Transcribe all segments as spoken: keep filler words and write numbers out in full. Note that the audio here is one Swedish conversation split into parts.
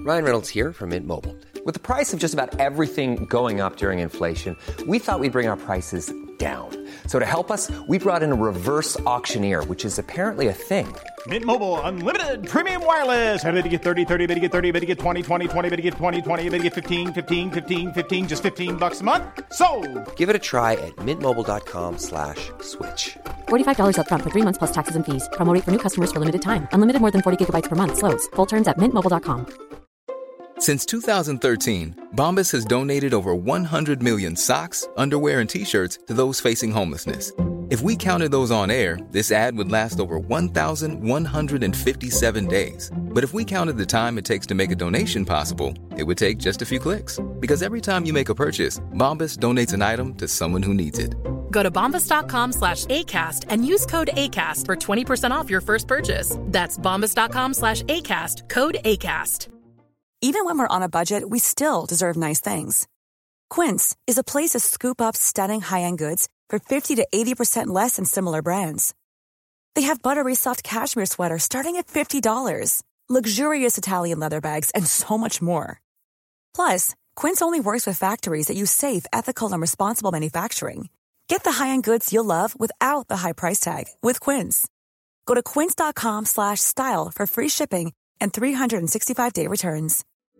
Ryan Reynolds here from Mint Mobile. With the price of just about everything going up during inflation, we thought we'd bring our prices down. So to help us, we brought in a reverse auctioneer, which is apparently a thing. Mint Mobile Unlimited Premium Wireless. How to get thirty, thirty, how to get thirty, how to get twenty, twenty, twenty, how to get twenty, twenty, how to get fifteen, fifteen, fifteen, fifteen, just fifteen bucks a month? Sold! Give it a try at mintmobile.com slash switch. forty-five dollars up front for three months plus taxes and fees. Promo rate for new customers for limited time. Unlimited more than forty gigabytes per month. Slows full terms at mint mobile dot com. Since two thousand thirteen, Bombas has donated over one hundred million socks, underwear, and T-shirts to those facing homelessness. If we counted those on air, this ad would last over one thousand one hundred fifty-seven days. But if we counted the time it takes to make a donation possible, it would take just a few clicks. Because every time you make a purchase, Bombas donates an item to someone who needs it. Go to bombas.com slash ACAST and use code ACAST for twenty percent off your first purchase. That's bombas.com slash ACAST, code ACAST. Even when we're on a budget, we still deserve nice things. Quince is a place to scoop up stunning high-end goods for fifty to eighty percent less than similar brands. They have buttery soft cashmere sweaters starting at fifty dollars, luxurious Italian leather bags, and so much more. Plus, Quince only works with factories that use safe, ethical, and responsible manufacturing. Get the high-end goods you'll love without the high price tag with Quince. Go to quince.com slash style for free shipping and three sixty-five day returns.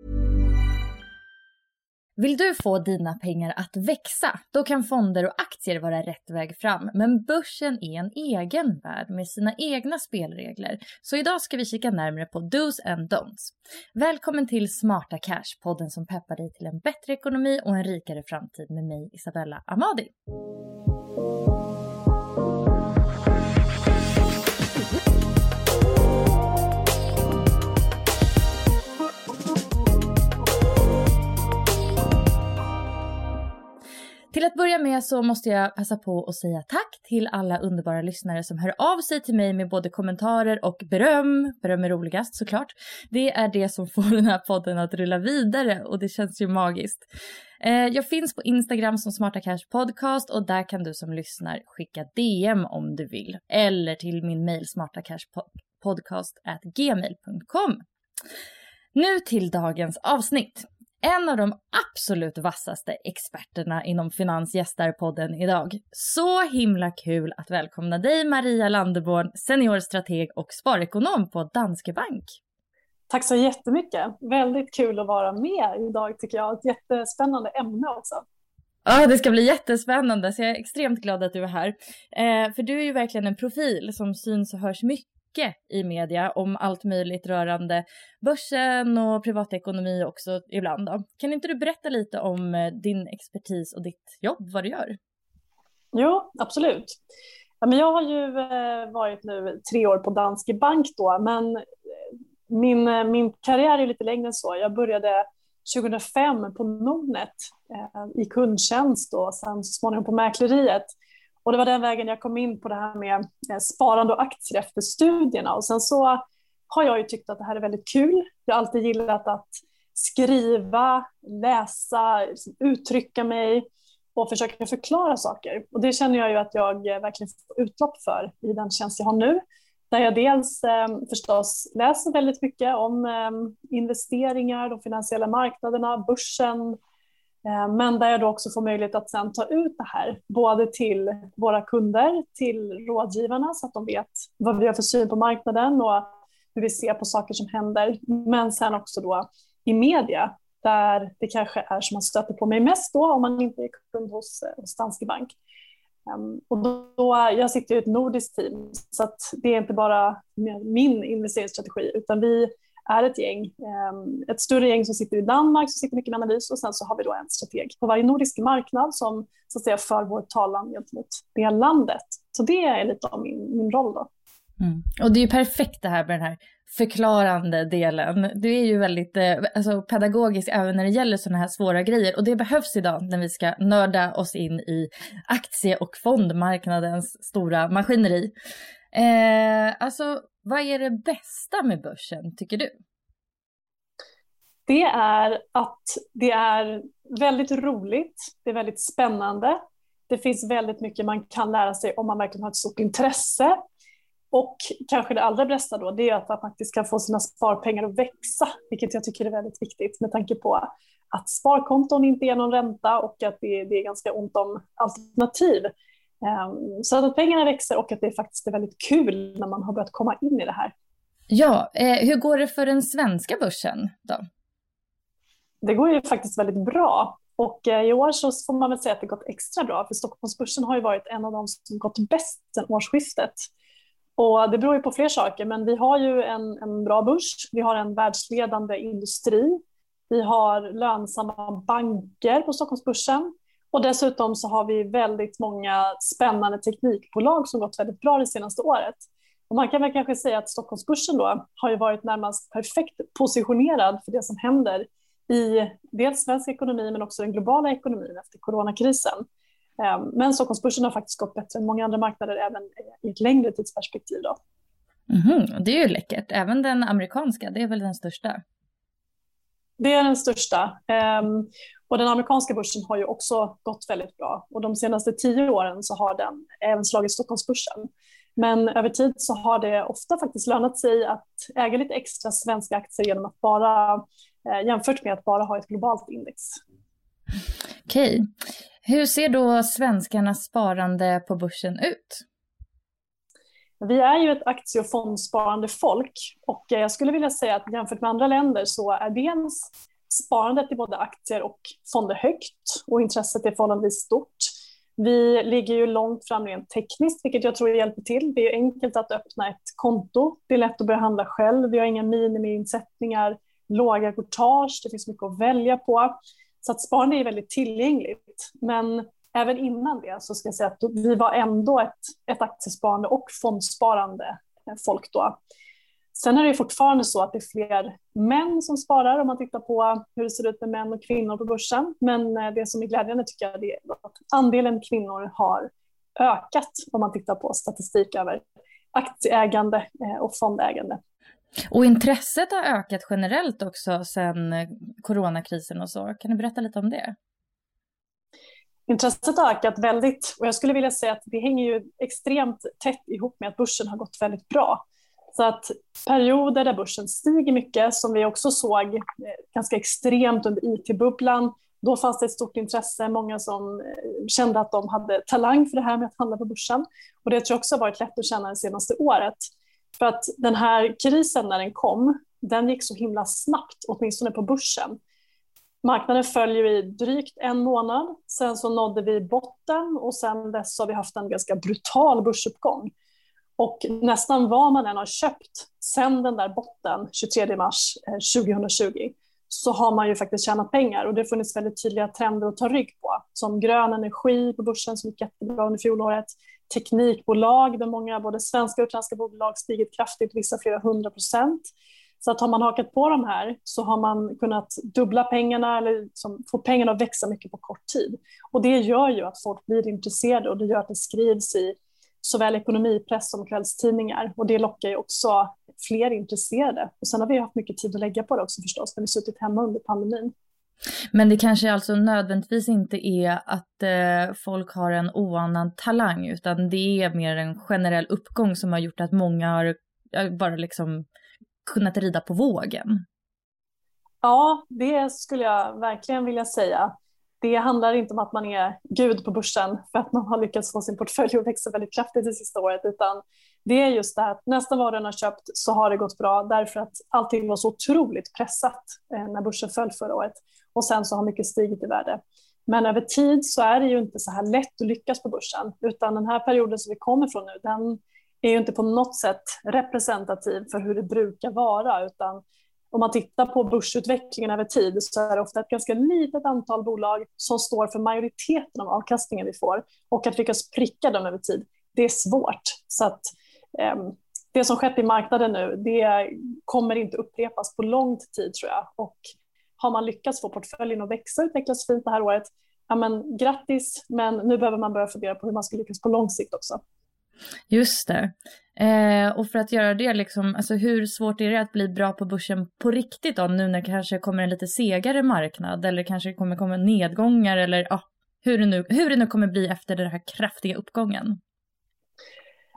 Vill du få dina pengar att växa? Då kan fonder och aktier vara rätt väg fram. Men börsen är en egen värld med sina egna spelregler. Så idag ska vi kika närmare på do's and don'ts. Välkommen till Smarta Cash, podden som peppar dig till en bättre ekonomi och en rikare framtid med mig, Isabella Amadi. Till att börja med så måste jag passa på att säga tack till alla underbara lyssnare som hör av sig till mig med både kommentarer och beröm. Beröm är roligast såklart. Det är det som får den här podden att rulla vidare och det känns ju magiskt. Jag finns på Instagram som Smarta Cash Podcast och där kan du som lyssnar skicka D M om du vill. Eller till min mail smartacashpodcast at gmail punkt com. Nu till dagens avsnitt. En av de absolut vassaste experterna inom finans gästar podden idag. Så himla kul att välkomna dig, Maria Landeborn, seniorstrateg och sparekonom på Danske Bank. Tack så jättemycket. Väldigt kul att vara med idag tycker jag. Ett jättespännande ämne också. Ja, det ska bli jättespännande så jag är extremt glad att du är här. Eh, för du är ju verkligen en profil som syns och hörs mycket i media om allt möjligt rörande börsen och privatekonomi också ibland då. Kan inte du berätta lite om din expertis och ditt jobb, vad du gör? Jo, absolut. Ja, men jag har ju varit nu tre år på Danske Bank då, men min, min karriär är lite längre än så. Jag började tjugohundrafem på Nordnet eh, i kundtjänst och sen så småningom på mäkleriet. Och det var den vägen jag kom in på det här med sparande och aktier efter studierna. Och sen så har jag ju tyckt att det här är väldigt kul. Jag har alltid gillat att skriva, läsa, uttrycka mig och försöka förklara saker. Och det känner jag ju att jag verkligen får utlopp för i den tjänst jag har nu. Där jag dels eh, förstås läser väldigt mycket om eh, investeringar, de finansiella marknaderna, börsen. Men där jag då också får möjlighet att sen ta ut det här både till våra kunder, till rådgivarna så att de vet vad vi har för syn på marknaden och hur vi ser på saker som händer. Men sen också då i media där det kanske är som man stöter på mig mest då om man inte är kund hos, hos Danske Bank. Um, och då, då, jag sitter i ett nordiskt team så att det är inte bara min investeringsstrategi utan vi är ett gäng, ett större gäng som sitter i Danmark som sitter mycket med analys och sen så har vi då en strateg på varje nordisk marknad som så att säga för vår talan gentemot det landet. Så det är lite av min, min roll då. Mm. Och det är ju perfekt det här med den här förklarande delen. Du är ju väldigt eh, alltså, pedagogisk även när det gäller sådana här svåra grejer och det behövs idag när vi ska nörda oss in i aktie- och fondmarknadens stora maskineri. Eh, alltså vad är det bästa med börsen, tycker du? Det är att det är väldigt roligt, det är väldigt spännande. Det finns väldigt mycket man kan lära sig om man verkligen har ett stort intresse. Och kanske det allra bästa då, det är att man faktiskt kan få sina sparpengar att växa, vilket jag tycker är väldigt viktigt med tanke på att sparkonton inte är någon ränta och att det, det är ganska ont om alternativ. Um, så att pengarna växer och att det faktiskt är väldigt kul när man har börjat komma in i det här. Ja, eh, hur går det för den svenska börsen då? Det går ju faktiskt väldigt bra. Och eh, i år så får man väl säga att det gått extra bra. För Stockholmsbörsen har ju varit en av de som gått bäst sedan årsskiftet. Och det beror ju på fler saker, men vi har ju en, en bra börs. Vi har en världsledande industri. Vi har lönsamma banker på Stockholmsbörsen. Och dessutom så har vi väldigt många spännande teknikbolag som gått väldigt bra det senaste året. Och man kan väl kanske säga att Stockholmsbörsen då har ju varit närmast perfekt positionerad för det som händer i dels svensk ekonomi men också den globala ekonomin efter coronakrisen. Men Stockholmsbörsen har faktiskt gått bättre än många andra marknader även i ett längre tidsperspektiv då. Mm-hmm. Det är ju läckert. Även den amerikanska, det är väl den största? Det är den största. Och den amerikanska börsen har ju också gått väldigt bra. Och de senaste tio åren så har den även slagit Stockholmsbörsen. Men över tid så har det ofta faktiskt lönat sig att äga lite extra svenska aktier genom att bara, jämfört med att bara ha ett globalt index. Okej. Hur ser då svenskarnas sparande på börsen ut? Vi är ju ett aktie- och fondsparande folk och jag skulle vilja säga att jämfört med andra länder så är dels sparandet i både aktier och fonder högt och intresset är förhållandevis stort. Vi ligger ju långt fram rent tekniskt, vilket jag tror hjälper till. Det är enkelt att öppna ett konto, det är lätt att börja handla själv, vi har inga minimiinsättningar, låga courtage, det finns mycket att välja på. Så att sparande är väldigt tillgängligt. Men även innan det så ska jag säga att vi var ändå ett, ett aktiesparande och fondsparande folk då. Sen är det fortfarande så att det är fler män som sparar om man tittar på hur det ser ut med män och kvinnor på börsen. Men det som är glädjande tycker jag är att andelen kvinnor har ökat om man tittar på statistik över aktieägande och fondägande. Och intresset har ökat generellt också sedan coronakrisen och så. Kan du berätta lite om det? Intresset har ökat väldigt och jag skulle vilja säga att det hänger ju extremt tätt ihop med att börsen har gått väldigt bra. Så att perioder där börsen stiger mycket, som vi också såg ganska extremt under I T-bubblan, då fanns det ett stort intresse, många som kände att de hade talang för det här med att handla på börsen. Och det tror jag också har varit lätt att känna det senaste året. För att den här krisen när den kom, den gick så himla snabbt, åtminstone på börsen. Marknaden följer i drygt en månad, sen så nådde vi botten och sen dess har vi haft en ganska brutal börsuppgång. Och nästan vad man än har köpt sen den där botten tjugotredje mars tjugohundratjugo så har man ju faktiskt tjänat pengar och det har funnits väldigt tydliga trender att ta rygg på. Som grön energi på börsen som gick jättebra under fjolåret, teknikbolag där många både svenska och utländska bolag stigit kraftigt, vissa flera hundra procent. Så att har man hakat på de här så har man kunnat dubbla pengarna eller liksom få pengarna att växa mycket på kort tid. Och det gör ju att folk blir intresserade och det gör att det skrivs i såväl ekonomipress som kvällstidningar. Och det lockar ju också fler intresserade. Och sen har vi haft mycket tid att lägga på det också förstås när vi suttit hemma under pandemin. Men det kanske alltså nödvändigtvis inte är att eh, folk har en oanad talang utan det är mer en generell uppgång som har gjort att många har bara liksom kunnat rida på vågen. Ja, det skulle jag verkligen vilja säga. Det handlar inte om att man är gud på börsen för att man har lyckats få sin portfölj att växa väldigt kraftigt det sista året, utan det är just det här att nästan vad den har köpt så har det gått bra därför att allting var så otroligt pressat när börsen föll förra året och sen så har mycket stigit i värde. Men över tid så är det ju inte så här lätt att lyckas på börsen, utan den här perioden som vi kommer från nu, den är ju inte på något sätt representativ för hur det brukar vara, utan om man tittar på börsutvecklingen över tid så är det ofta ett ganska litet antal bolag som står för majoriteten av avkastningen vi får. Och att lyckas pricka dem över tid, det är svårt. Så att eh, det som skett i marknaden nu, det kommer inte upprepas på lång tid tror jag. Och har man lyckats få portföljen att växa och utvecklas fint det här året, ja men grattis, men nu behöver man börja fundera på hur man ska lyckas på lång sikt också. Just det. Eh, och för att göra det, liksom, alltså hur svårt är det att bli bra på börsen på riktigt då, nu när det kanske kommer en lite segare marknad eller kanske kommer komma nedgångar eller ah, hur, det nu, hur det nu kommer bli efter den här kraftiga uppgången?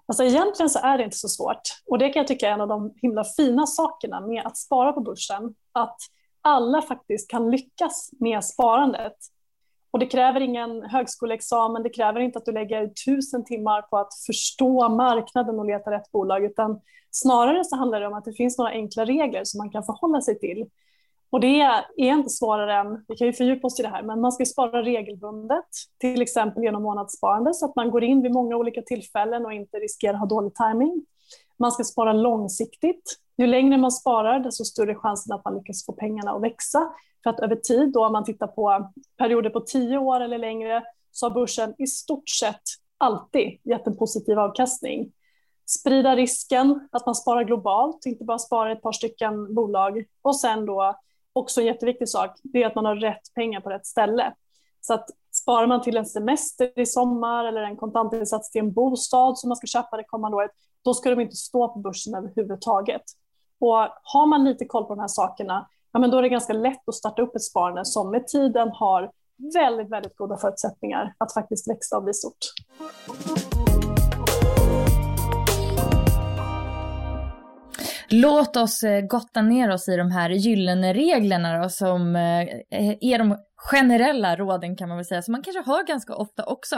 Alltså egentligen så är det inte så svårt. Och det kan jag tycka är en av de himla fina sakerna med att spara på börsen. Att alla faktiskt kan lyckas med sparandet. Och det kräver ingen högskoleexamen, det kräver inte att du lägger tusen timmar på att förstå marknaden och leta rätt bolag. Utan snarare så handlar det om att det finns några enkla regler som man kan förhålla sig till. Och det är inte svårare än, vi kan ju fördjupa oss i det här, men man ska spara regelbundet. Till exempel genom månadssparande så att man går in vid många olika tillfällen och inte riskerar att ha dålig timing. Man ska spara långsiktigt. Ju längre man sparar desto större chansen att man lyckas få pengarna att växa. För att över tid, då om man tittar på perioder på tio år eller längre, så har börsen i stort sett alltid gett en positiv avkastning. Sprida risken, att man sparar globalt, inte bara sparar ett par stycken bolag. Och sen då, också en jätteviktig sak, det är att man har rätt pengar på rätt ställe. Så att sparar man till en semester i sommar eller en kontantinsats till en bostad som man ska köpa det kommande året, då ska de inte stå på börsen överhuvudtaget. Och har man lite koll på de här sakerna, ja, men då är det ganska lätt att starta upp ett sparande som med tiden har väldigt, väldigt goda förutsättningar att faktiskt växa och bli stort. Låt oss gotta ner oss i de här gyllene reglerna då, som är de generella råden kan man väl säga, som man kanske hör ganska ofta också.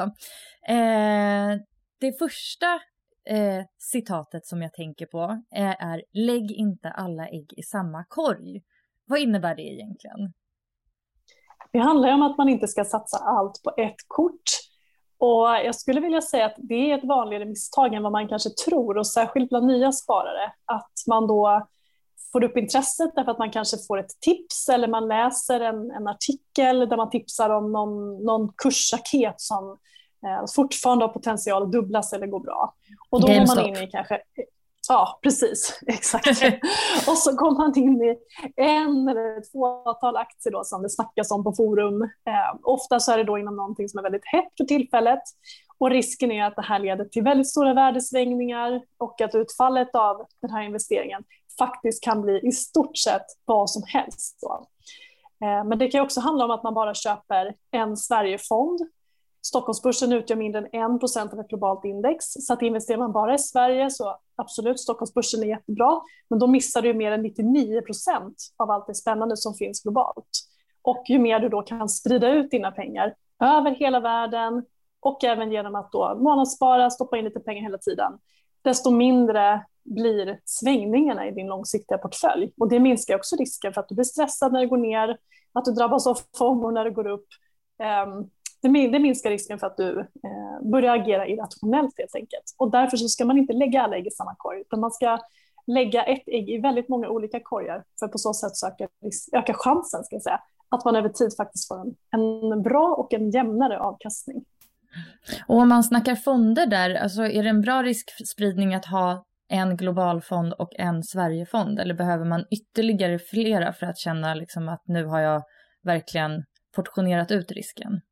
Eh, det första eh, citatet som jag tänker på är, är lägg inte alla ägg i samma korg. Vad innebär det egentligen? Det handlar ju om att man inte ska satsa allt på ett kort. Och jag skulle vilja säga att det är ett vanligare misstag än vad man kanske tror, och särskilt bland nya sparare. Att man då får upp intresset därför att man kanske får ett tips eller man läser en, en artikel där man tipsar om någon, någon kursraket som eh, fortfarande har potential att dubblas eller gå bra. Och då går man in i kanske... Ja, precis. Exakt. Och så går man in i en eller ett fåtal aktier då som det snackas om på forum. Eh, ofta så är det då inom någonting som är väldigt hett för tillfället. Och risken är att det här leder till väldigt stora värdesvängningar och att utfallet av den här investeringen faktiskt kan bli i stort sett vad som helst. Då. Eh, men det kan också handla om att man bara köper en Sverigefond. Stockholmsbörsen utgör mindre än en procent av ett globalt index. Så att investerar man bara i Sverige så absolut, Stockholmsbörsen är jättebra. Men då missar du mer än nittionio procent av allt det spännande som finns globalt. Och ju mer du då kan sprida ut dina pengar över hela världen och även genom att då månadsspara, stoppa in lite pengar hela tiden, desto mindre blir svängningarna i din långsiktiga portfölj. Och det minskar också risken för att du blir stressad när det går ner, att du drabbas av FOMO när det går upp. Um, Det minskar risken för att du eh, börjar agera irrationellt helt enkelt. Och därför så ska man inte lägga alla ägg i samma korg, utan man ska lägga ett ägg i väldigt många olika korgar för på så sätt så öka, öka chansen ska jag säga, att man över tid faktiskt får en, en bra och en jämnare avkastning. Och om man snackar fonder där, alltså är det en bra riskspridning att ha en globalfond och en Sverigefond, eller behöver man ytterligare flera för att känna liksom att nu har jag verkligen portionerat ut risken?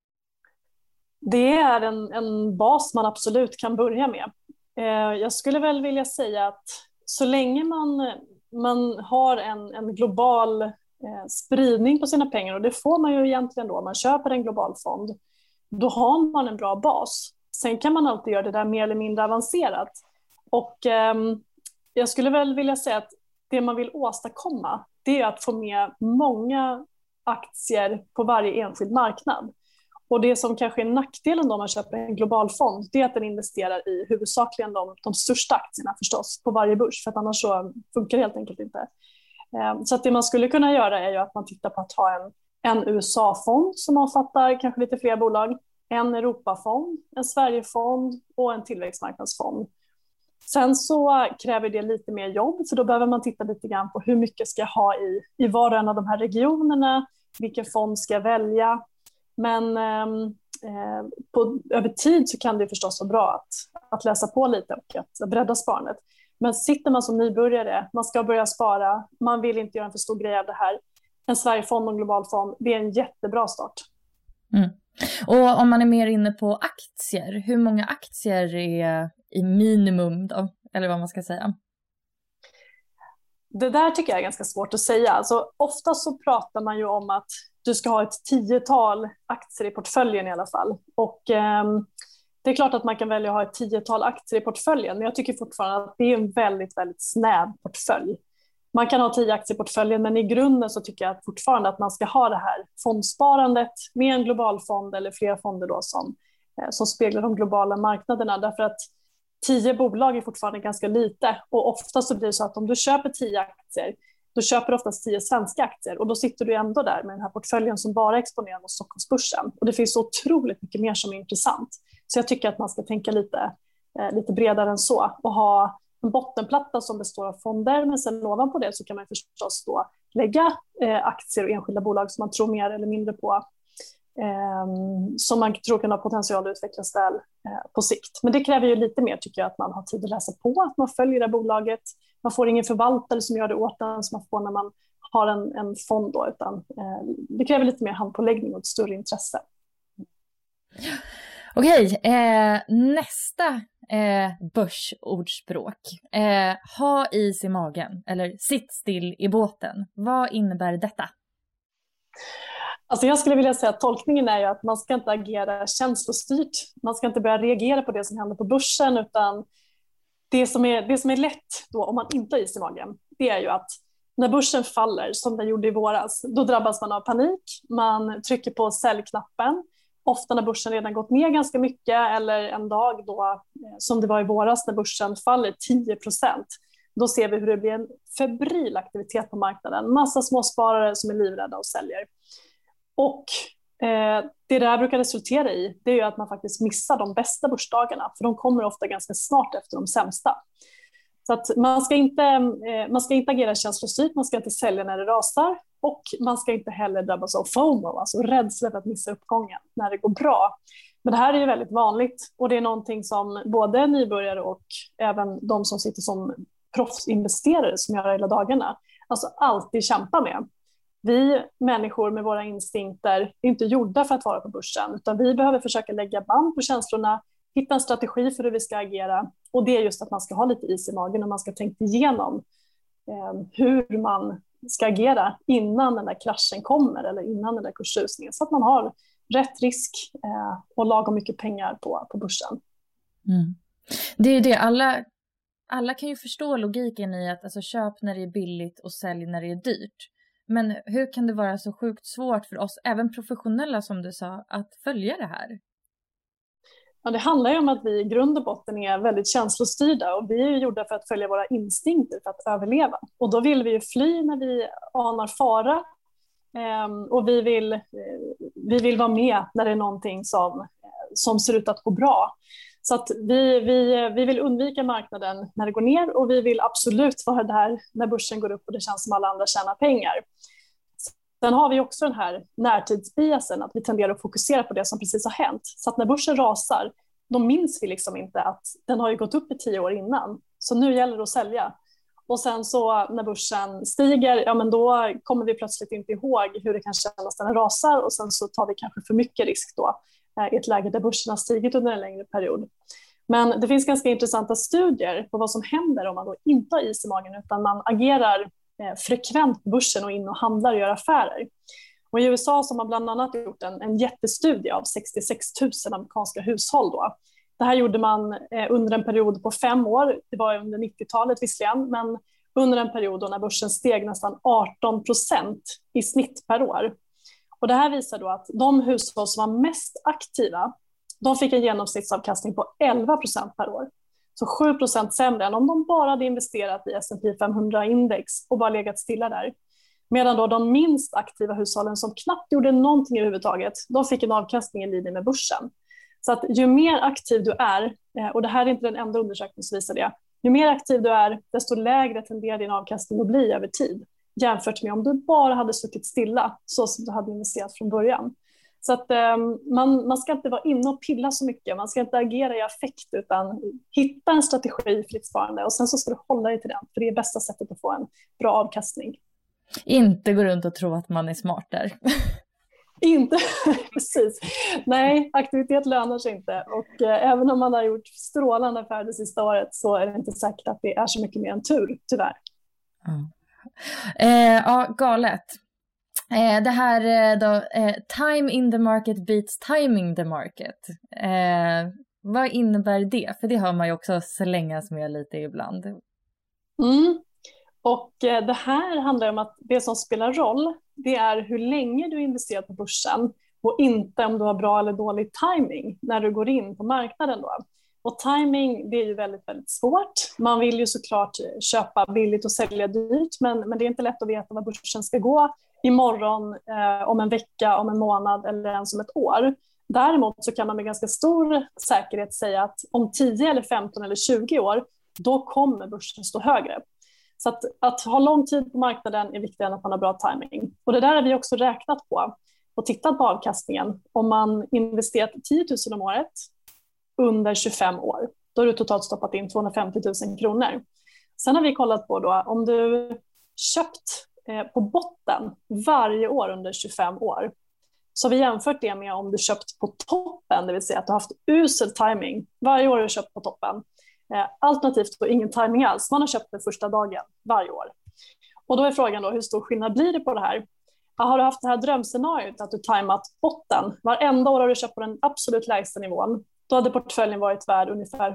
Det är en, en bas man absolut kan börja med. Eh, jag skulle väl vilja säga att så länge man, man har en, en global eh, spridning på sina pengar, och det får man ju egentligen då, man köper en global fond, då har man en bra bas. Sen kan man alltid göra det där mer eller mindre avancerat. Och eh, jag skulle väl vilja säga att det man vill åstadkomma, det är att få med många aktier på varje enskild marknad. Och det som kanske är nackdelen då man köper en global fond, det är att den investerar i huvudsakligen de, de största aktierna förstås på varje börs, för att annars så funkar det helt enkelt inte. Så att det man skulle kunna göra är ju att man tittar på att ha en, en U S A-fond som omfattar kanske lite fler bolag, en Europafond, en Sverigefond och en tillväxtmarknadsfond. Sen så kräver det lite mer jobb, för då behöver man titta lite grann på hur mycket ska jag ha i, i var och en av de här regionerna, vilken fond ska jag välja. Men eh, på, över tid så kan det förstås vara bra att, att läsa på lite och att bredda sparandet. Men sitter man som nybörjare, man ska börja spara, man vill inte göra en för stor grej av det här. En Sverigefond och en global fond, det är en jättebra start. Mm. Och om man är mer inne på aktier, hur många aktier är i minimum då? Eller vad man ska säga? Det där tycker jag är ganska svårt att säga. Alltså, ofta så pratar man ju om att du ska ha ett tiotal aktier i portföljen i alla fall. Och eh, Det är klart att man kan välja att ha ett tiotal aktier i portföljen, men jag tycker fortfarande att det är en väldigt, väldigt snäv portfölj. Man kan ha tio aktier i portföljen, men i grunden så tycker jag fortfarande att man ska ha det här fondsparandet med en global fond eller flera fonder då som, som speglar de globala marknaderna. Därför att tio bolag är fortfarande ganska lite, och ofta så blir det så att om du köper tio aktier, då köper du oftast tio svenska aktier, och då sitter du ändå där med den här portföljen som bara är exponerad mot Stockholmsbörsen. Och det finns så otroligt mycket mer som är intressant. Så jag tycker att man ska tänka lite, eh, lite bredare än så och ha en bottenplatta som består av fonder, men sen ovanpå det så kan man förstås då lägga eh, aktier och enskilda bolag som man tror mer eller mindre på, eh, som man tror kan ha potential att utvecklas väl eh, på sikt. Men det kräver ju lite mer, tycker jag, att man har tid att läsa på, att man följer det bolaget. Man får ingen förvaltare som gör det åt en som man får när man har en, en fond då, utan eh, det kräver lite mer handpåläggning och ett större intresse. Okej, eh, nästa eh, börsordspråk. Eh, ha is i magen eller sitt still i båten. Vad innebär detta? Alltså jag skulle vilja säga att tolkningen är ju att man ska inte agera känslostyrt. Man ska inte börja reagera på det som händer på börsen, utan det som är, det som är lätt då om man inte har is i magen, det är ju att när börsen faller, som den gjorde i våras, då drabbas man av panik. Man trycker på säljknappen. Ofta när börsen redan gått ner ganska mycket, eller en dag då, som det var i våras när börsen faller tio procent. Då ser vi hur det blir en febril aktivitet på marknaden. Massa småsparare som är livrädda och säljer. Och eh, det där brukar resultera i, det är ju att man faktiskt missar de bästa börsdagarna. För de kommer ofta ganska snart efter de sämsta. Så att man ska inte, eh, man ska inte agera känslostyrt, man ska inte sälja när det rasar. Och man ska inte heller drabbas av FOMO, alltså rädsla för att missa uppgången när det går bra. Men det här är ju väldigt vanligt, och det är någonting som både nybörjare och även de som sitter som proffsinvesterare som gör det hela dagarna, alltså alltid kämpa med. Vi människor med våra instinkter är inte gjorda för att vara på börsen, utan vi behöver försöka lägga band på känslorna, hitta en strategi för hur vi ska agera, och det är just att man ska ha lite is i magen och man ska tänka igenom eh, hur man ska agera innan den där kraschen kommer eller innan den där kursrusningen, så att man har rätt risk eh, och lagom mycket pengar på, på börsen. Mm. Det är ju det, alla, alla kan ju förstå logiken i att alltså, köp när det är billigt och sälj när det är dyrt. Men hur kan det vara så sjukt svårt för oss, även professionella som du sa, att följa det här? Ja, det handlar ju om att vi i grund och botten är väldigt känslostyrda, och vi är ju gjorda för att följa våra instinkter för att överleva. Och då vill vi ju fly när vi anar fara, och vi vill, vi vill vara med när det är någonting som, som ser ut att gå bra. Så att vi, vi, vi vill undvika marknaden när det går ner, och vi vill absolut vara där när börsen går upp och det känns som alla andra tjänar pengar. Sen har vi också den här närtidsbiasen, att vi tenderar att fokusera på det som precis har hänt. Så att när börsen rasar, då minns vi liksom inte att den har ju gått upp i tio år innan. Så nu gäller det att sälja. Och sen så när börsen stiger, ja men då kommer vi plötsligt inte ihåg hur det kan kännas när den rasar, och sen så tar vi kanske för mycket risk då i ett läge där börsen har stigit under en längre period. Men det finns ganska intressanta studier på vad som händer om man då inte har is i magen, utan man agerar frekvent på börsen och in och handlar och gör affärer. Och i U S A så har man bland annat gjort en, en jättestudie av sextiosex tusen amerikanska hushåll då. Det här gjorde man eh, under en period på fem år, det var under nittiotalet visserligen, men under en period då när börsen steg nästan arton procent i snitt per år. Och det här visar då att de hushåll som var mest aktiva, de fick en genomsnittsavkastning på elva procent per år. Så sju procent sämre än om de bara hade investerat i S and P femhundra-index och bara legat stilla där. Medan då de minst aktiva hushållen som knappt gjorde någonting överhuvudtaget, de fick en avkastning i linje med börsen. Så att ju mer aktiv du är, och det här är inte den enda undersökningen som visar det, ju mer aktiv du är, desto lägre tenderar din avkastning att bli över tid, jämfört med om du bara hade suttit stilla så som du hade investerat från början. Så att um, man, man ska inte vara inne och pilla så mycket, man ska inte agera i affekt, utan hitta en strategi för ditt sparande, och sen så ska du hålla dig till den, för det är bästa sättet att få en bra avkastning. Inte gå runt och tro att man är smart där. Inte, precis. Nej, aktivitet lönar sig inte, och eh, även om man har gjort strålande affärer det sista året, så är det inte säkert att det är så mycket mer än tur, tyvärr. Mm. Eh, ja, galet. Eh, det här då, eh, time in the market beats timing the market. Eh, Vad innebär det? För det hör man ju också slängas med lite ibland. Mm. Och det här handlar om att det som spelar roll, det är hur länge du investerar på börsen och inte om du har bra eller dålig timing när du går in på marknaden då. Och timing, det är ju väldigt, väldigt svårt. Man vill ju såklart köpa billigt och sälja dyrt, men, men det är inte lätt att veta vad börsen ska gå imorgon, eh, om en vecka, om en månad eller ens om ett år. Däremot så kan man med ganska stor säkerhet säga att om tio eller femton eller tjugo år, då kommer börsen stå högre. Så att, att ha lång tid på marknaden är viktigare än att man har bra timing. Och det där har vi också räknat på och tittat på avkastningen. Om man investerat tio tusen om året under tjugofem år, då har du totalt stoppat in tvåhundrafemtio tusen kronor. Sen har vi kollat på då, om du köpt eh, på botten varje år under tjugofem år, så har vi jämfört det med om du köpt på toppen, det vill säga att du har haft usel timing. Varje år har du köpt på toppen. Eh, alternativt då ingen timing alls. Man har köpt den första dagen varje år. Och då är frågan då, hur stor skillnad blir det på det här? Ja, har du haft det här drömscenariot att du timat botten? Varenda år har du köpt på den absolut lägsta nivån. Då hade portföljen varit värd ungefär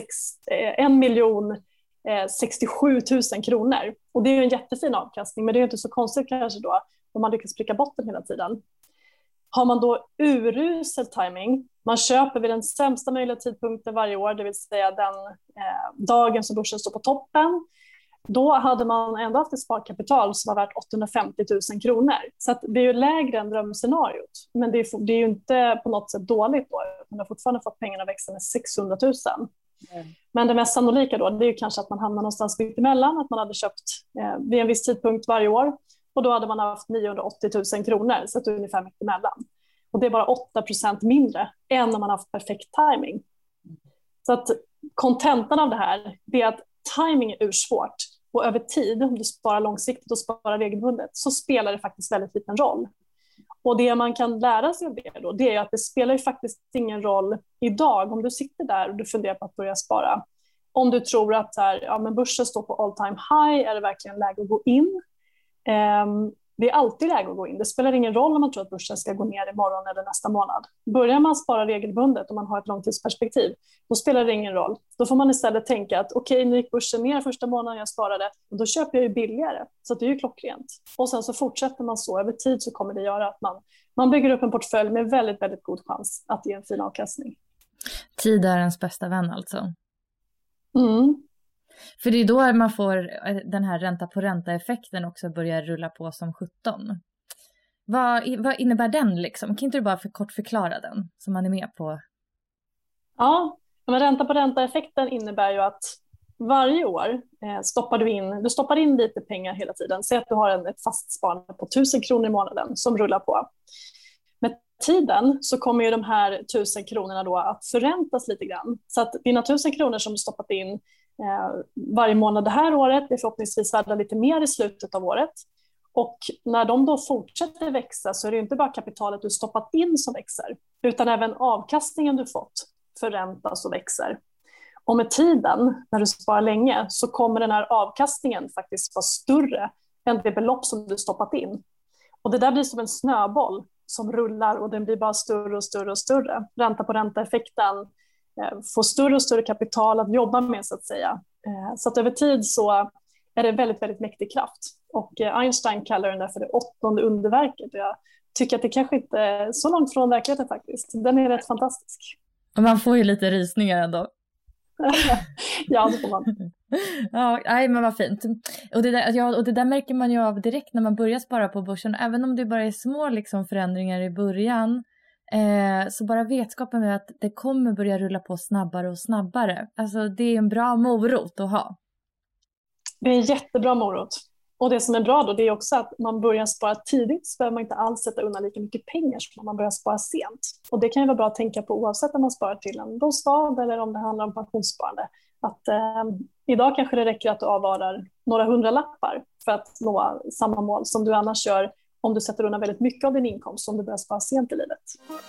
en miljon sextiosju tusen kronor. Och det är ju en jättefin avkastning, men det är inte så konstigt kanske då om man lyckas pricka botten hela tiden. Har man då urusel timing, man köper vid den sämsta möjliga tidpunkten varje år, det vill säga den eh, dagen som börsen står på toppen, då hade man ändå haft ett sparkapital som var värt åttahundrafemtio tusen kronor. Så att det är ju lägre än drömscenariot, men det är, det är ju inte på något sätt dåligt då. Man har fortfarande fått pengarna växa med sexhundra tusen. Mm. Men det mest sannolika då, det är ju kanske att man hamnar någonstans mitt emellan, att man hade köpt eh, vid en viss tidpunkt varje år. Och då hade man haft niohundraåttio tusen kronor, så att det är ungefär mitt emellan. Och det är bara åtta procent mindre än om man har haft perfekt timing. Så att kontentan av det här, det är att timing är ursvårt. Och över tid, om du sparar långsiktigt och sparar regelbundet, så spelar det faktiskt väldigt liten roll. Och det man kan lära sig av det då, det är att det spelar ju faktiskt ingen roll idag. Om du sitter där och du funderar på att börja spara. Om du tror att så här, ja, men börsen står på all time high, är det verkligen läge att gå in? Um, det är alltid läge att gå in. Det spelar ingen roll om man tror att börsen ska gå ner imorgon eller nästa månad. Börjar man spara regelbundet om man har ett långtidsperspektiv, då spelar det ingen roll. Då får man istället tänka att okej, okay, nu gick börsen ner första månaden jag sparade, och då köper jag ju billigare. Så att det är ju klockrent. Och sen så fortsätter man så. Över tid så kommer det göra att man, man bygger upp en portfölj med väldigt, väldigt god chans att ge en fin avkastning. Tid är ens bästa vän alltså. Mm. För det är då man får den här ränta på ränta-effekten också börjar rulla på som sjutton. Vad, vad innebär den liksom? Kan inte du bara för kort förklara den så man är med på? Ja, men ränta på ränta-effekten innebär ju att varje år eh, stoppar du in, du stoppar in lite pengar hela tiden. Säg att du har en, ett fast sparande på tusen kronor i månaden som rullar på. Med tiden så kommer ju de här tusen kronorna då att förräntas lite grann. Så att dina tusen kronor som du stoppat in Eh, varje månad det här året är förhoppningsvis värda lite mer i slutet av året. Och när de då fortsätter växa så är det inte bara kapitalet du stoppat in som växer, utan även avkastningen du fått förräntas och växer. Och med tiden, när du sparar länge, så kommer den här avkastningen faktiskt vara större än det belopp som du stoppat in. Och det där blir som en snöboll som rullar, och den blir bara större och större och större. Ränta på ränta-effekten få större och större kapital att jobba med, så att säga. Så att över tid så är det väldigt, väldigt mäktig kraft. Och Einstein kallar den där för det åttonde underverket. Och jag tycker att det kanske inte är så långt från verkligheten faktiskt. Den är rätt fantastisk. Och man får ju lite rysningar ändå. Ja, det får man. Ja, nej, men vad fint. Och det, där, ja, och det där märker man ju av direkt när man börjar spara på börsen. Även om det bara är små liksom, förändringar i början. Eh, så bara vetskapen med att det kommer börja rulla på snabbare och snabbare. Alltså det är en bra morot att ha. Det är en jättebra morot. Och det som är bra då, det är också att man börjar spara tidigt, så behöver man inte alls sätta undan lika mycket pengar som man börjar spara sent. Och det kan ju vara bra att tänka på oavsett om man sparar till en bostad eller om det handlar om pensionssparande. Att eh, idag kanske det räcker att du avvarar några hundra lappar för att nå samma mål som du annars gör om du sätter undan väldigt mycket av din inkomst om du börjar spara sent i livet.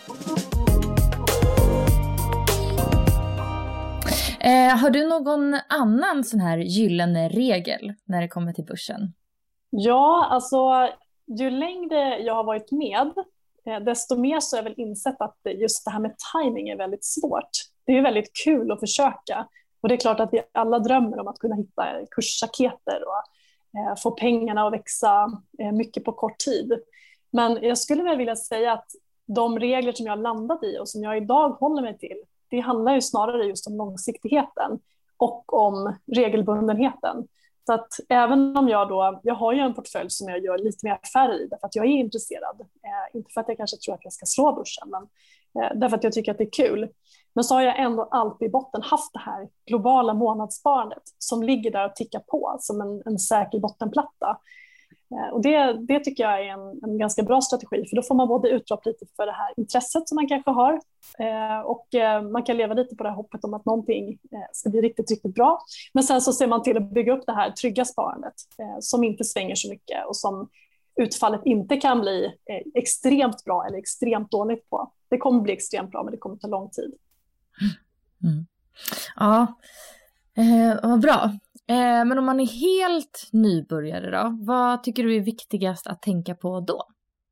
Eh, har du någon annan sån här gyllene regel när det kommer till börsen? Ja, alltså ju längre jag har varit med, eh, desto mer så har jag väl insett att just det här med timing är väldigt svårt. det är väldigt kul att försöka. Och det är klart att vi alla drömmer om att kunna hitta kursraketer och eh, få pengarna att växa eh, mycket på kort tid. Men jag skulle väl vilja säga att de regler som jag har landat i och som jag idag håller mig till, det handlar ju snarare just om långsiktigheten och om regelbundenheten. Så att även om jag då, jag har ju en portfölj som jag gör lite mer affärer i därför att jag är intresserad. Eh, inte för att jag kanske tror att jag ska slå börsen, men eh, därför att jag tycker att det är kul. Men så har jag ändå alltid i botten haft det här globala månadssparandet som ligger där och tickar på som en, en säker bottenplatta. Eh, och det, det tycker jag är en, en ganska bra strategi, för då får man både utlopp lite för det här intresset som man kanske har eh, och eh, man kan leva lite på det här hoppet om att någonting eh, ska bli riktigt, riktigt bra. Men sen så ser man till att bygga upp det här trygga sparandet eh, som inte svänger så mycket och som utfallet inte kan bli eh, extremt bra eller extremt dåligt på. Det kommer bli extremt bra, men det kommer ta lång tid. Mm. Ja, eh, vad bra. Eh, men om man är helt nybörjare då, vad tycker du är viktigast att tänka på då?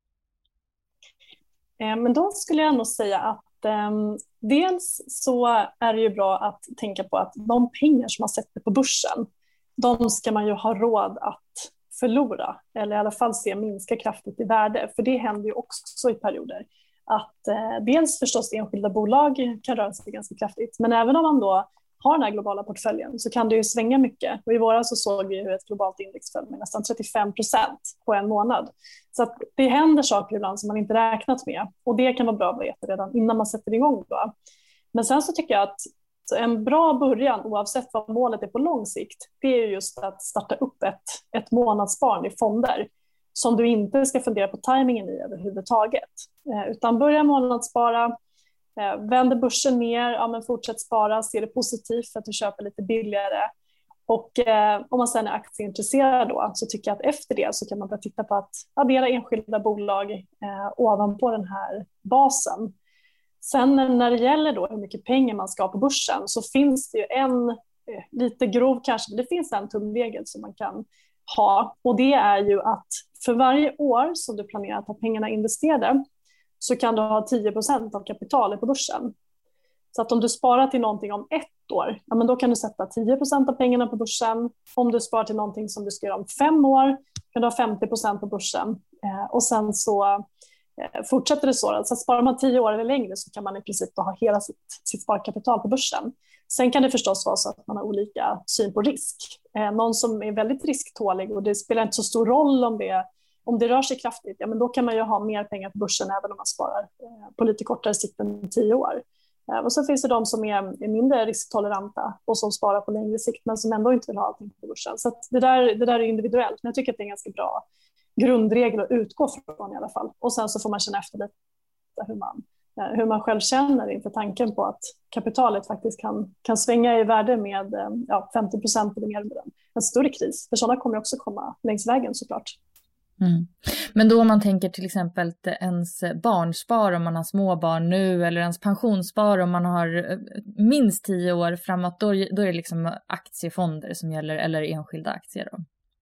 Eh, men då skulle jag nog säga att eh, dels så är det ju bra att tänka på att de pengar som man sätter på börsen, de ska man ju ha råd att förlora eller i alla fall se minska kraftigt i värde, för det händer ju också i perioder. Att eh, dels förstås enskilda bolag kan röra sig ganska kraftigt, men även om man då har den här globala portföljen så kan det ju svänga mycket. Och i våras så såg vi hur ett globalt index föll med nästan trettiofem procent på en månad. Så att det händer saker ibland som man inte räknat med, och det kan vara bra att veta redan innan man sätter igång då. Men sen så tycker jag att en bra början, oavsett vad målet är på lång sikt, det är just att starta upp ett, ett månadssparande i fonder som du inte ska fundera på tajmingen i överhuvudtaget. Eh, utan börja månadsspara, eh, vänder börsen ner, ja, men fortsätt spara, se det positivt för att du köper lite billigare. Och eh, om man sedan är aktieintresserad då, så tycker jag att efter det så kan man börja titta på att addera enskilda bolag eh, ovanpå den här basen. Sen när det gäller då hur mycket pengar man ska ha på börsen så finns det ju en, eh, lite grov kanske, men det finns en tumregel som man kan ha, och det är ju att för varje år som du planerar att ha pengarna investerade så kan du ha tio procent av kapitalet på börsen. Så att om du sparar till någonting om ett år, ja, men då kan du sätta tio procent av pengarna på börsen. Om du sparar till någonting som du ska göra om fem år kan du ha femtio procent på börsen. Eh, och sen så eh, fortsätter det så. Så sparar man tio år eller längre så kan man i princip ha hela sitt, sitt sparkapital på börsen. Sen kan det förstås vara så att man har olika syn på risk. Eh, någon som är väldigt risktålig, och det spelar inte så stor roll om det, om det rör sig kraftigt, ja, men då kan man ju ha mer pengar på börsen även om man sparar eh, på lite kortare sikt än tio år. Eh, och så finns det de som är, är mindre risktoleranta och som sparar på längre sikt men som ändå inte vill ha allting på börsen. Så att det, där, det där är individuellt, men jag tycker att det är en ganska bra grundregel att utgå från i alla fall. Och sen så får man känna efter lite hur man hur man själv känner inför tanken på att kapitalet faktiskt kan, kan svänga i värde med ja, femtio procent eller mer under en större kris. För sådana kommer också komma längs vägen såklart. Mm. Men då om man tänker till exempel ens barnspar om man har små barn nu, eller ens pensionsspar om man har minst tio år framåt, då, då är det liksom aktiefonder som gäller, eller enskilda aktier då?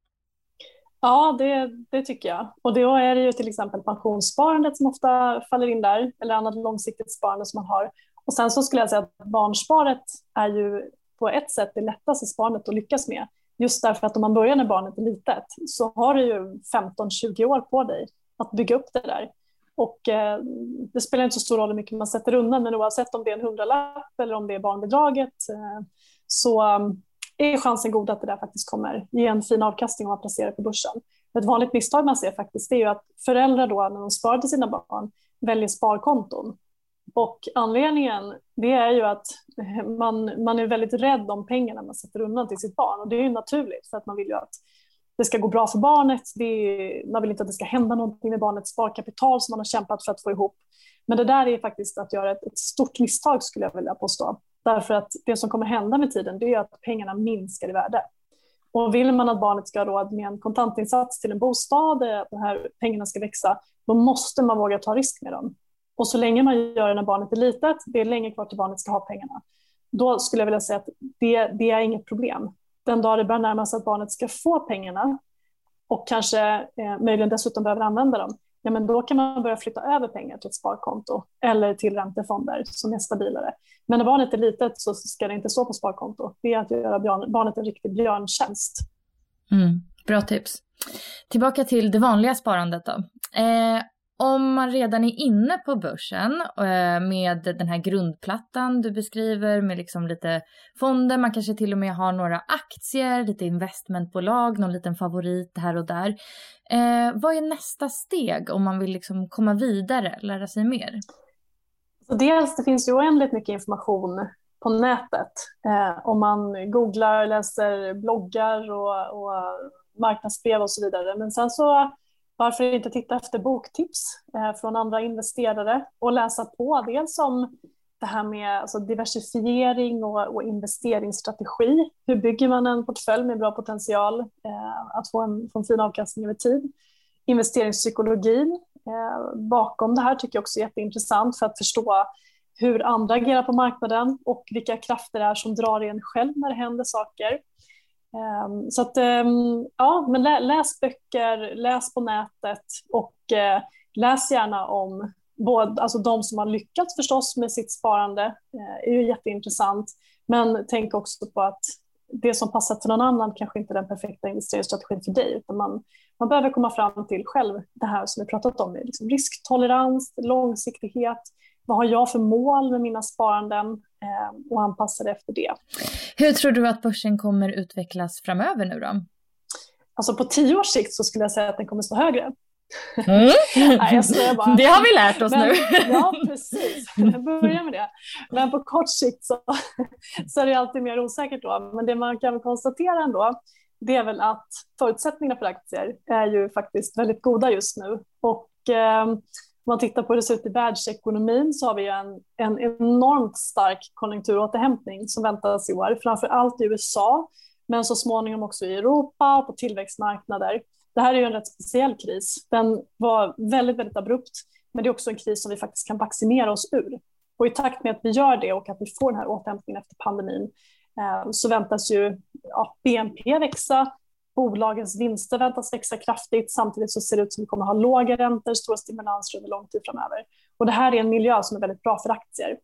Ja, det, det tycker jag. Och då är det ju till exempel pensionssparandet som ofta faller in där, eller annat långsiktigt sparande som man har. Och sen så skulle jag säga att barnsparet är ju på ett sätt det lättaste sparandet att lyckas med. Just därför att om man börjar när barnet är litet så har du ju femton till tjugo år på dig att bygga upp det där. Och eh, det spelar inte så stor roll hur mycket man sätter undan, men oavsett om det är en hundralapp eller om det är barnbidraget eh, så är chansen god att det där faktiskt kommer ge en fin avkastning om man placerar på börsen. Ett vanligt misstag man ser faktiskt är ju att föräldrar då när de sparar till sina barn väljer sparkonton. Och anledningen det är ju att man, man är väldigt rädd om pengarna man sätter undan till sitt barn. Och det är ju naturligt för att man vill ju att det ska gå bra för barnet. Det är, man vill inte att det ska hända någonting med barnets sparkapital som man har kämpat för att få ihop. Men det där är faktiskt att göra ett, ett stort misstag skulle jag vilja påstå. Därför att det som kommer hända med tiden det är att pengarna minskar i värde. Och vill man att barnet ska ha råd med en kontantinsats till en bostad, att de här pengarna ska växa, då måste man våga ta risk med dem. Och så länge man gör det när barnet är litet, det är länge kvar till barnet ska ha pengarna, då skulle jag vilja säga att det, det är inget problem. Den dag det börjar närma sig att barnet ska få pengarna och kanske eh, möjligen dessutom behöver använda dem, ja, men då kan man börja flytta över pengar till ett sparkonto eller till räntefonder som är stabilare. Men när barnet är litet så ska det inte stå på sparkonto. Det är att göra barnet en riktig björntjänst. Mm, bra tips. Tillbaka till det vanliga sparandet då. Eh, om man redan är inne på börsen eh, med den här grundplattan du beskriver med liksom lite fonder, man kanske till och med har några aktier, lite investmentbolag, någon liten favorit här och där. Eh, vad är nästa steg om man vill liksom komma vidare, lära sig mer? Så dels, det finns ju oändligt mycket information på nätet. Eh, om man googlar, läser bloggar och, och marknadsbrev och så vidare. Men sen så varför inte titta efter boktips eh, från andra investerare och läsa på dels om det här med alltså, diversifiering och, och investeringsstrategi. Hur bygger man en portfölj med bra potential eh, att få en, få en fin avkastning över tid? Investeringspsykologin eh, bakom det här tycker jag också är jätteintressant för att förstå hur andra agerar på marknaden och vilka krafter det är som drar en själv när det händer saker. Um, så att, um, ja, men lä- läs böcker, läs på nätet och uh, läs gärna om både, alltså de som har lyckats förstås med sitt sparande uh, är ju jätteintressant, men tänk också på att det som passar till någon annan kanske inte är den perfekta investeringsstrategin för dig, utan man, man behöver komma fram till själv det här som vi pratat om, liksom risktolerans, långsiktighet. Vad har jag för mål med mina sparanden eh, och anpassa det efter det. Hur tror du att börsen kommer utvecklas framöver nu då? Alltså på tio års sikt så skulle jag säga att den kommer stå högre. Mm. Nej, jag skojar bara. Det har vi lärt oss Men, nu. Ja, precis. Jag börjar med det. Men på kort sikt så, så är det alltid mer osäkert då. Men det man kan konstatera ändå, det är väl att förutsättningarna för aktier är ju faktiskt väldigt goda just nu. Och eh, om man tittar på hur det ser ut i världsekonomin så har vi en, en enormt stark konjunkturåterhämtning som väntas i år, framför allt i U S A, men så småningom också i Europa och på tillväxtmarknader. Det här är ju en rätt speciell kris. Den var väldigt, väldigt abrupt, men det är också en kris som vi faktiskt kan vaccinera oss ur. Och i takt med att vi gör det och att vi får den här återhämtningen efter pandemin eh, så väntas ju ja, B N P växa. Bolagens vinster väntas växa kraftigt, samtidigt så ser det ut som att vi kommer ha låga räntor, stora stimulanser under lång tid framöver. Och det här är en miljö som är väldigt bra för aktier.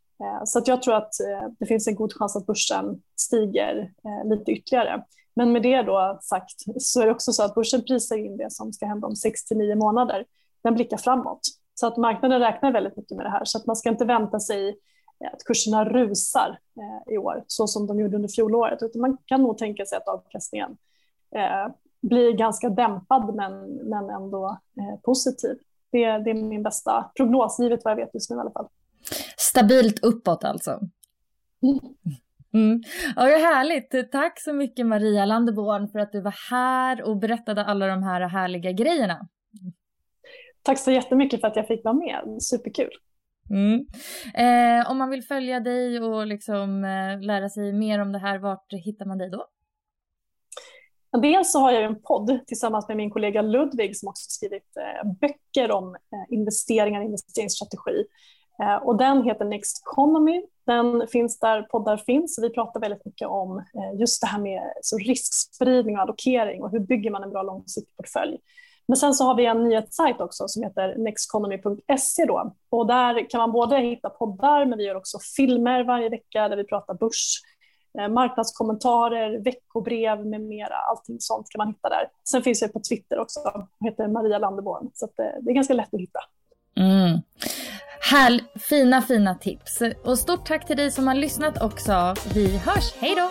Så att jag tror att det finns en god chans att börsen stiger lite ytterligare. Men med det då sagt så är det också så att börsen prisar in det som ska hända om sex till nio månader. Den blickar framåt. Så att marknaden räknar väldigt mycket med det här. Så att man ska inte vänta sig att kurserna rusar i år så som de gjorde under fjolåret. Utan man kan nog tänka sig att avkastningen Eh, blir ganska dämpad men, men ändå eh, positiv. Det, det är min bästa prognos, givet vad jag vet just nu i alla fall. Stabilt uppåt alltså. Mm. Mm. Ja, det är härligt. Tack så mycket Maria Landeborn för att du var här och berättade alla de här härliga grejerna. Tack så jättemycket för att jag fick vara med. Superkul. Mm. Eh, om man vill följa dig och liksom, eh, lära sig mer om det här, vart hittar man dig då? Dels så har jag en podd tillsammans med min kollega Ludvig som också skrivit eh, böcker om eh, investeringar och investeringsstrategi. Eh, och den heter Next Economy. Den finns där poddar finns. Vi pratar väldigt mycket om eh, just det här med så riskspridning och allokering och hur bygger man en bra långsiktig portfölj. Men sen så har vi en nyhetssajt också som heter next economy punkt se då. Och där kan man både hitta poddar, men vi gör också filmer varje vecka där vi pratar börs, marknadskommentarer, veckobrev med mera. Allting sånt kan man hitta där. Sen finns jag på Twitter också. Jag heter Maria Landeborn. Så att det är ganska lätt att hitta. Mm. Härl, fina, fina tips. Och stort tack till dig som har lyssnat också. Vi hörs. Hej då!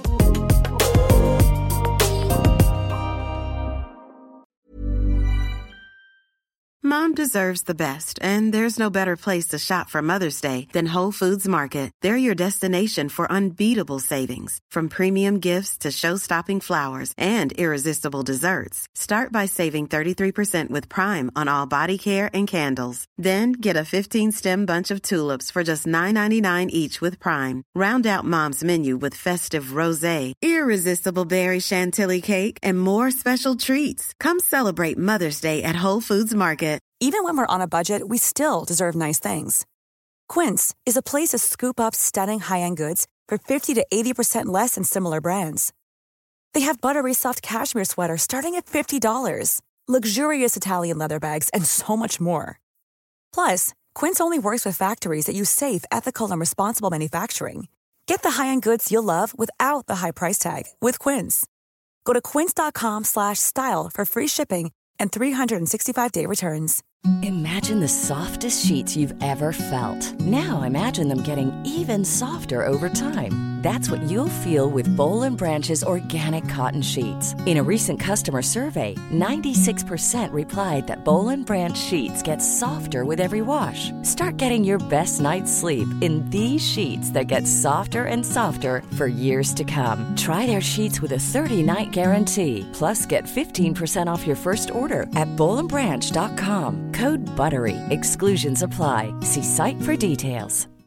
Mom deserves the best, and there's no better place to shop for Mother's Day than Whole Foods Market. They're your destination for unbeatable savings, from premium gifts to show-stopping flowers and irresistible desserts. Start by saving thirty-three percent with Prime on all body care and candles. Then get a fifteen-stem bunch of tulips for just nine ninety-nine each with Prime. Round out Mom's menu with festive rosé, irresistible berry chantilly cake, and more special treats. Come celebrate Mother's Day at Whole Foods Market. Even when we're on a budget, we still deserve nice things. Quince is a place to scoop up stunning high-end goods for fifty to eighty percent less than similar brands. They have buttery soft cashmere sweaters starting at fifty dollars, luxurious Italian leather bags, and so much more. Plus, Quince only works with factories that use safe, ethical, and responsible manufacturing. Get the high-end goods you'll love without the high price tag with Quince. Go to quince.com slash style for free shipping and three sixty-five day returns. Imagine the softest sheets you've ever felt. Now imagine them getting even softer over time. That's what you'll feel with Boll and Branch's organic cotton sheets. In a recent customer survey, ninety-six percent replied that Boll and Branch sheets get softer with every wash. Start getting your best night's sleep in these sheets that get softer and softer for years to come. Try their sheets with a thirty-night guarantee. Plus, get fifteen percent off your first order at boll and branch dot com. Code BUTTERY. Exclusions apply. See site for details.